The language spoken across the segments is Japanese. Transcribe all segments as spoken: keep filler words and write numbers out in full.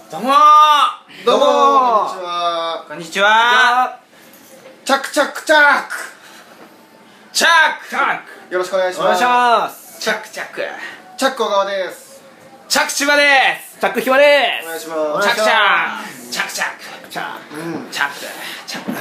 どうもーどうもーこんにちはチャックチャックチャックチャックチャックよろしくお願いしお願いします。 ますチャックチャックチャック小川です。 チャック千葉ですチャックひまでお願いしチます。 ャックチャックチャックチャックチャックうん。 チャックチャック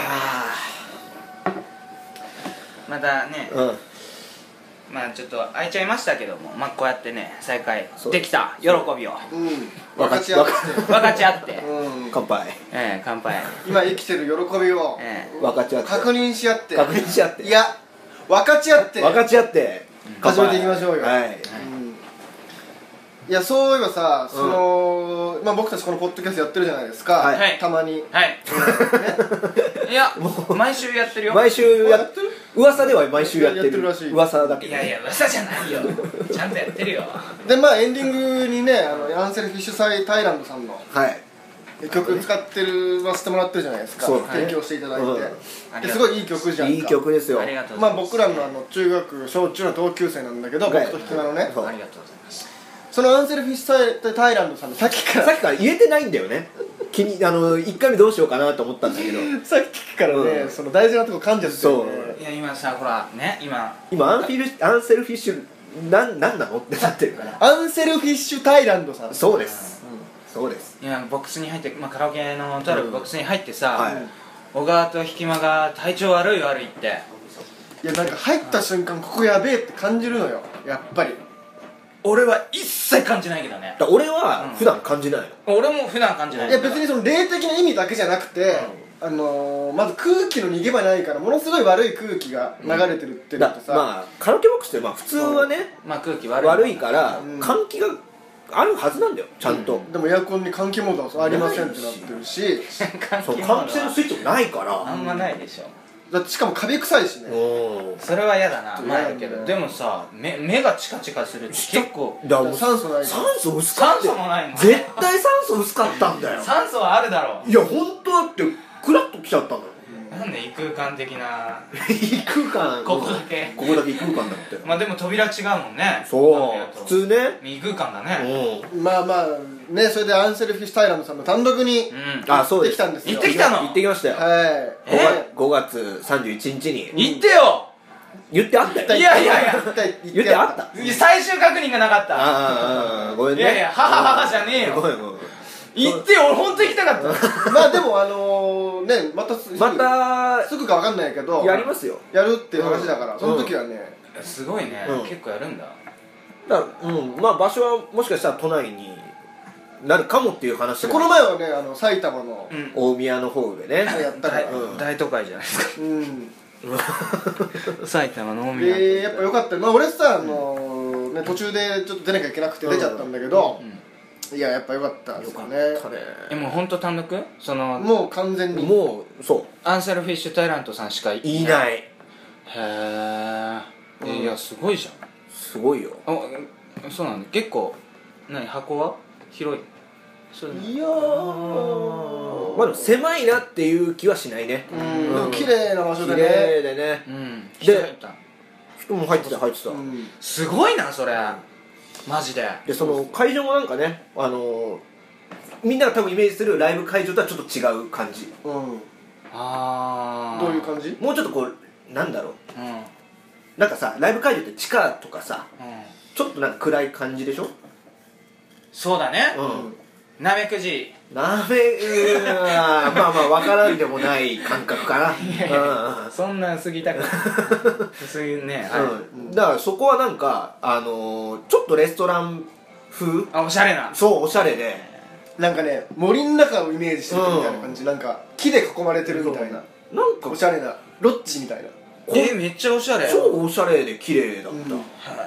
またね、 うんまあちょっと空いちゃいましたけども、まあこうやってね再会そうできた喜びをうん。分かち合って。 分かち合って、 うん。 乾杯ええ乾杯、 今生きてる喜びをええ分かち合って確認し合って。 確認し合っていや、分かち合って。 分かち合って始めていきましょうよ。 はいうん。いや、そういえばさ、その、まあ僕たちこのポッドキャストやってるじゃないですか。 はいたまに。 はいいや毎週やってるよ。 毎週ややってる？ 噂では毎週やってるやってるらしい噂だけどいやいや噂じゃないよちゃんとやってるよ。 で、まあエンディングにね、あのアンセル・フィッシュサイ・タイランドさんのはい曲使ってるわせてもらってるじゃないですか。 そう提供していただいて。 うんですごいいい曲じゃんか。 いい曲ですよありがとうごまあざいます。 僕らのあの中学小中の同級生なんだけど、 はい僕とひきまのね、 そうありがとうございます。 そのアンセル・フィッシュタイタイランドさんのさっきからさっきから言えてないんだよね気にあのいっかいめどうしようかなと思ったんだけどさっきからね、 うんその大事なとこ噛んじゃってるね。 いや今さほらね今今アンフィルアンセルフィッシュなんなんなのってなってるからアンセル・フィッシュタイランドさん。 そうですそうです今ボックスに入って、まあ、カラオケのとあるボックスに入ってさ、 はい小川とひきまが体調悪い悪いっていやなんか入った瞬間ここやべえって感じるのよ、やっぱり。 俺は一切感じないけどね。 だ俺は普段感じないの俺も普段感じない。 いや別にその霊的な意味だけじゃなくて、あのー、まず空気の逃げ場ないからものすごい悪い空気が流れてるっていうのだとさ、 まあカラオケボックスってまあ普通はねまあ空気悪い悪いからうん換気があるはずなんだよちゃんとでもエアコンに換気モードはありませんってなってるし、 そう換気モードは換気扇のスイッチもないからあんまないでしょ。 だってしかもカビ臭いしね。 うんそれは嫌だな。 うんまあやるけどでもさ目目がチカチカするって結構だからもう酸素ない酸素薄か酸った素もないもん。 絶対酸素薄かったんだよ酸素はあるだろいや本当だってクラッときちゃったんだよう。なんで異空間的な異空間ここだけここだけ異空間だってまあでも扉違うもんね。 そう普通ね異空間だうね。 んまあまあね、それでアンセル・フィッシュタイランドさんの単独にうん行ってあそうですきたんですよ。 行ってきたの行ってきましたよはい。 えごがつさんじゅういちにちに言ってよ。 言ってあったよいやいやいや行った行言ってあった最終確認がなかった。 ああごめんねいやいやははははじゃねえよごめんごめん言ってよ。俺本当に行きたかった。 まあでもあのー、ね、またすぐまたすぐかわかんないけどやりますよやるっていう話だから、 うんその時はね、 すごいね、 うん結構やるんだ。 だからうんまあ場所はもしかしたら都内になるかもっていう話でもこの前はね、あの埼玉のうん大宮の方でねやったから、 大うん大都会じゃないですか。 うん埼玉の大宮。 でやっぱよかった。まあ俺さ、あのーね、途中でちょっと出なきゃいけなくて出ちゃったんだけど、 うんいややっぱよかったですよね。 えもう本当単独そのもう完全にもうそうアンセルフィッシュタイラントさんしかいいないへえ、 うんいやすごいじすごいよゃん。あそうなんだ。結構何箱は広いそういうのいやーまあでも狭いなっていう気はしないねうん、でも綺麗な場所綺でね。 麗でねうんで人入った人も入ってた入ってたうんすごいなそれマジで。 でその会場もなんかねあのーみんなが多分イメージするライブ会場とはちょっと違う感じうん、 ああどういう感じ？ もうちょっとこうなんだろううんうんなんかさライブ会場って地下とかさちょっとなんか暗い感じでしょそうだね。 うんなめくじなめうーまあまあわからんでもない感覚かなそんなん過ぎたくないそういうね、はいうん、だからそこはなんかあのー、ちょっとレストラン風あおしゃれな。 そうおしゃれでなんかね、森の中をイメージしてるみたいな感じ、なんか木で囲まれてるみたいな、 なんかおしゃれなロッジみたいな。 えめっちゃおしゃれ。 超おしゃれで綺麗だった、 うんそう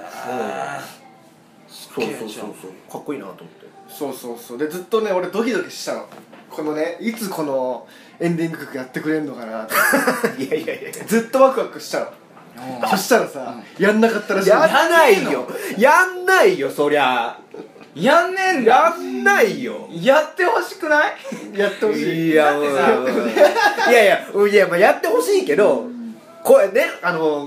そうそうそうかっこいいなと思ってそうそうそう。でずっとね、俺ドキドキしたの。このね、いつこのエンディング曲やってくれんのかなっていやいやいやずっとワクワクしたの。そしたらさ、やんなかったらしい。 やんないよやんないよそりゃやんねえんだ。 やんないよやってほしくない？ やってほしい。 いやだってさうんいやいやいやまあやってほしいけどこれねあの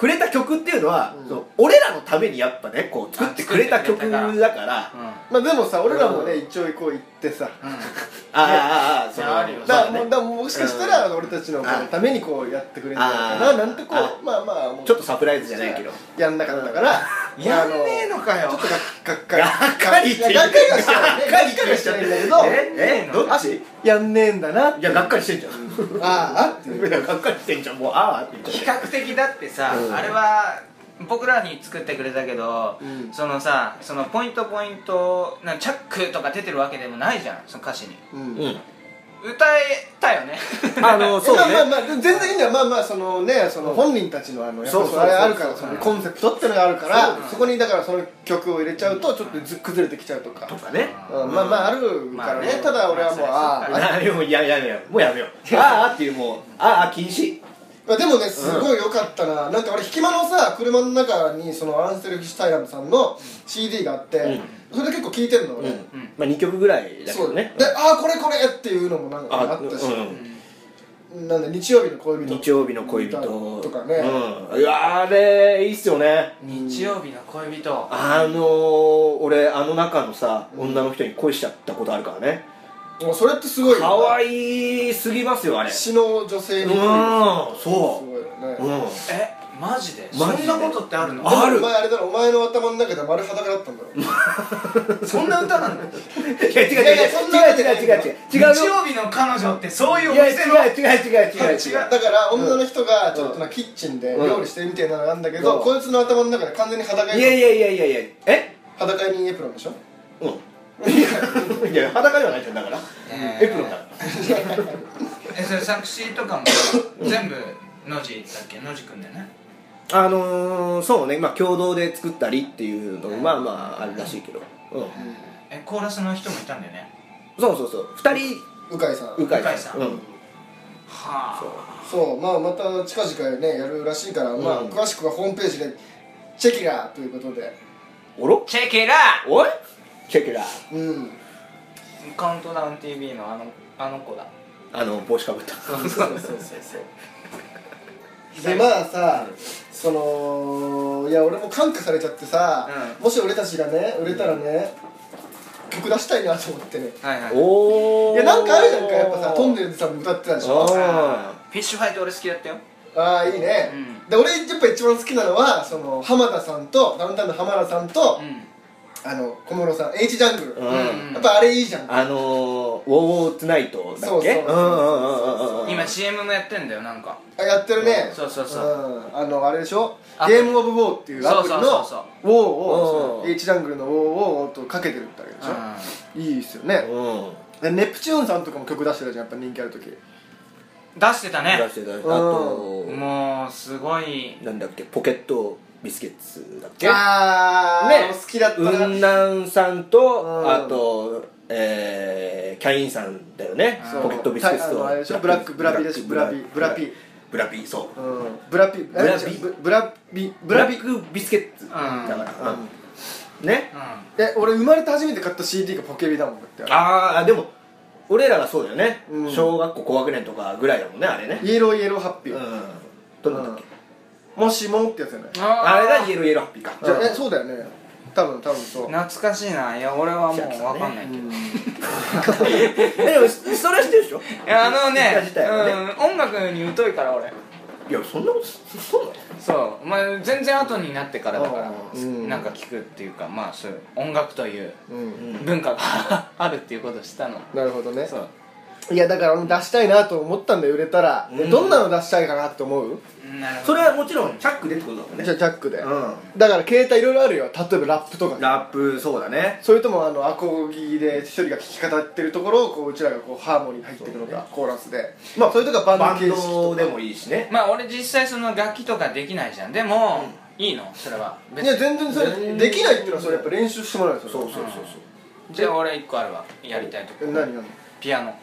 くれた曲っていうのは、 うんその俺らのためにやっぱねこう作ってくれた曲だからまあでもさ俺らもね一応こう言ってさうんうんああああそのあるよだからそうだねもうだからもしかしたら俺たちのこのためにこうやってくれるんじゃないかななんてこあうまあまあもうちょっとサプライズじゃないけどやんなかったからやんねえのかよちょっとががっかりがっかりっていやがっかりはしてないねがっかりはしてないんだけどええどっちやんねえんだなっていやがっかりしてんじゃんああっていういやがっかりしてんじゃんもうああって言っ比ちゃ較的だってさ、 うんあれは僕らに作ってくれたけど、 うんそのさそのポイントポイントなチャックとか出てるわけでもないじゃんその歌詞にうんううん歌えたよねあのそうねまあまあまあ全然いいんだよまあまあそのねその本人たちのあのやっぱそうそうそうあれあるからそのコンセプトってのがあるからそうそこにだからその曲を入れちゃうとちょっとず崩れてきちゃうとかとかねうんまあまああるからねただ俺はもうあああやもうややめようもうやめようああっていうもうああ禁止まあでもねすごい良かったななんか俺引き間のさ車の中にそのアンステル・フィッシュタイランドさんの シーディー があってうんそれで結構聴いてるの俺うんまあにきょくぐらいだけそうどねでああこれこれっていうのもなんかあったしうんなんで日曜日の恋人日曜日の恋人とかねうんいやあれいいっすよね日曜日の恋人あのー、俺あの中のさうん女の人に恋しちゃったことあるからねもうそれってすごいよね可愛すぎますよあれ詩の女性にうんすそごいよねううんえマジでマジでそんなことってあるのあるでもお前あれだろお前の頭の中で丸裸だったんだろそんな歌なのいや違う違う違ういやいやそんなわけない違う違う違う違う違う日曜日の彼女ってそういうおいや違店のう違う違う違う違う違うだから女の人がちょっとなキッチンで料理してるみたいなのがあるんだけど、 うんこいつの頭の中で完全に裸にいやいやいやいやいやえ裸にエプロンでしょうんいや裸ではないじゃんだからえーエプロンだえそれ作詞とかも全部野地だっけ野地くんだよねあのー、そうねまあ共同で作ったりっていうのもまあまああるらしいけどうんえコーラスの人もいたんだよねそうそうそう二人鵜飼さん鵜飼鵜飼さんうんはあそうまあまた近々ねやるらしいから、まあうん詳しくはホームページでチェキラーということでおろチェケラおいチェケラうんカウントダウン ティーブイ のあのあの子だあの帽子かぶったそうそうそうそうそうでまあさそのいや俺も感化されちゃってさ、 うんもし俺たちがね売れたらね、曲出したいなと思ってねはいはいおーいやなんかあるじゃんかやっぱさトンネルズさんも歌ってたでしょあフィッシュファイト俺好きだったよああいいね、 うんで俺やっぱ一番好きなのはその浜田さんとダウンタウンの浜田さんと、 うんあの小室さん H ジャングル、 うんうんやっぱあれいいじゃんあのー、ウォーウォーツナイトだっけそうそうそうそううんうんうんうんうん今 シーエム もやってんだよなんかあやってるねそうそうそううんあのあれでしょアプリゲームオブウォーっていうアプリのそうそうそうそうウォーをうん H ジャングルのウォーをとかけてるってわけでしょ、いいですよね、 うんでネプチューンさんとかも曲出してたじゃんやっぱ人気ある時出してたね出してたあともうすごいなんだっけポケットビスケッツだっけあー、 ね好きだったな、 雲南さんと、 うんあと、えー、キャインさんだよねそうポケットビスケッツとたあのあれでしょブラックブラピでしょブラピブラピブラピそううんブラピブラピブブラピブブラピラックビスケッツんだから、 うんうんねえ俺生まれて初めて買った シーディー がポケビだもんだってああでも俺らがそうだよね、 うん小学校高学年とかぐらいだもんねあれねイエローイエローハッピー、 うんどんなんだっけ、 もしもってやつやねあれがイエローイエローハッピーかじゃあえうんそうだよね多分多分そう懐かしいないや俺はもう分かんないけど、 うんえでもそれは知ってるでしょいやあのね自体はねうん、音楽に疎いから俺いやそんなことそうなのそうお前全然後になってからだから、 うんなんか聞くっていうかまあそういう音楽といううん文化があるっていうことを知ったのなるほどねそういやだから俺出したいなと思ったんだよ売れたら、でうんどんなの出したいかなって思うなるほどそれはもちろんチャックでってことだもんねじゃあジャックで、 うんだから携帯いろいろあるよ例えばラップとかラップそうだねそれともあのアコギで一人が弾き語ってるところをこううちらがこうハーモニー入ってくるのか、コーラスでまあそれとかバンバンド形式とかドでもいいしねまあ俺実際その楽器とかできないじゃんでも、いいのそれはいや全然それ全然できないっていうのはそれやっぱ練習してもらうよそれそうそうそうじゃあ俺一個あるわやりたいとこえ何何ピアノ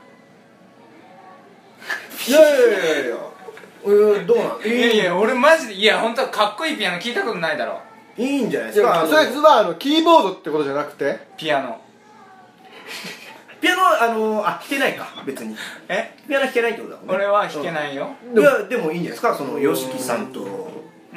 いやいやいやいやうんどうなんいやいや俺マジでいや本当はかっこいいピアノ聞いたことないだろいいんじゃないいですかあのやそれはあのキーボードってことじゃなくてピアノピアノあのあ弾けないか別にえピアノ弾けないってことだもんね俺は弾けないよいやでもいいんじゃないですかその YOSHIKI さんと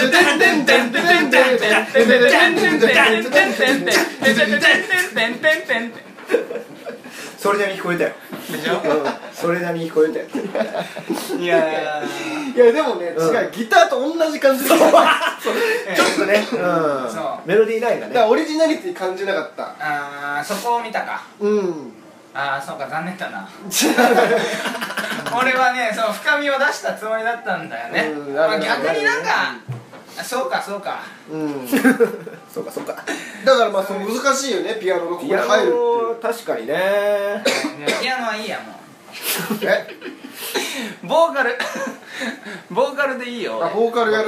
それなりに聞こえたよ。 でしょ。 それなりに聞こえたよ。 いやいやでもね、 うん違う、ギターと同じ感じで、だかちょっとね、うんそうメロディーラインがね。 らオリジナリティ感じなかった。 あーそこを見たか。 うんああそうか残念だな。俺はねその深みを出したつもりだったんだよね。 うんまあ、 なるほど逆になんか、あそうかそうか。 うんそうかそうか。 だからまあその難しいよね、ピアノがここにピア入るノって確かにね。 いやピアノはいいやもう。 いうえボーカルボーカルでいいよ。 あ、ボーカルやる？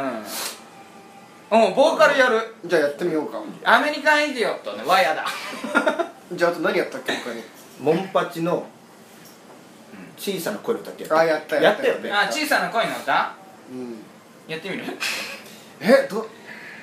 うんうんボーカルやる。 じゃあやってみようか。 アメリカンイディオットねはやだ。 じゃああと何やったっけ他に。 モンパチの小さな声の歌ってやった。 あ、やったやったよね。 あ小さな恋の歌うんやってみる。 え、ど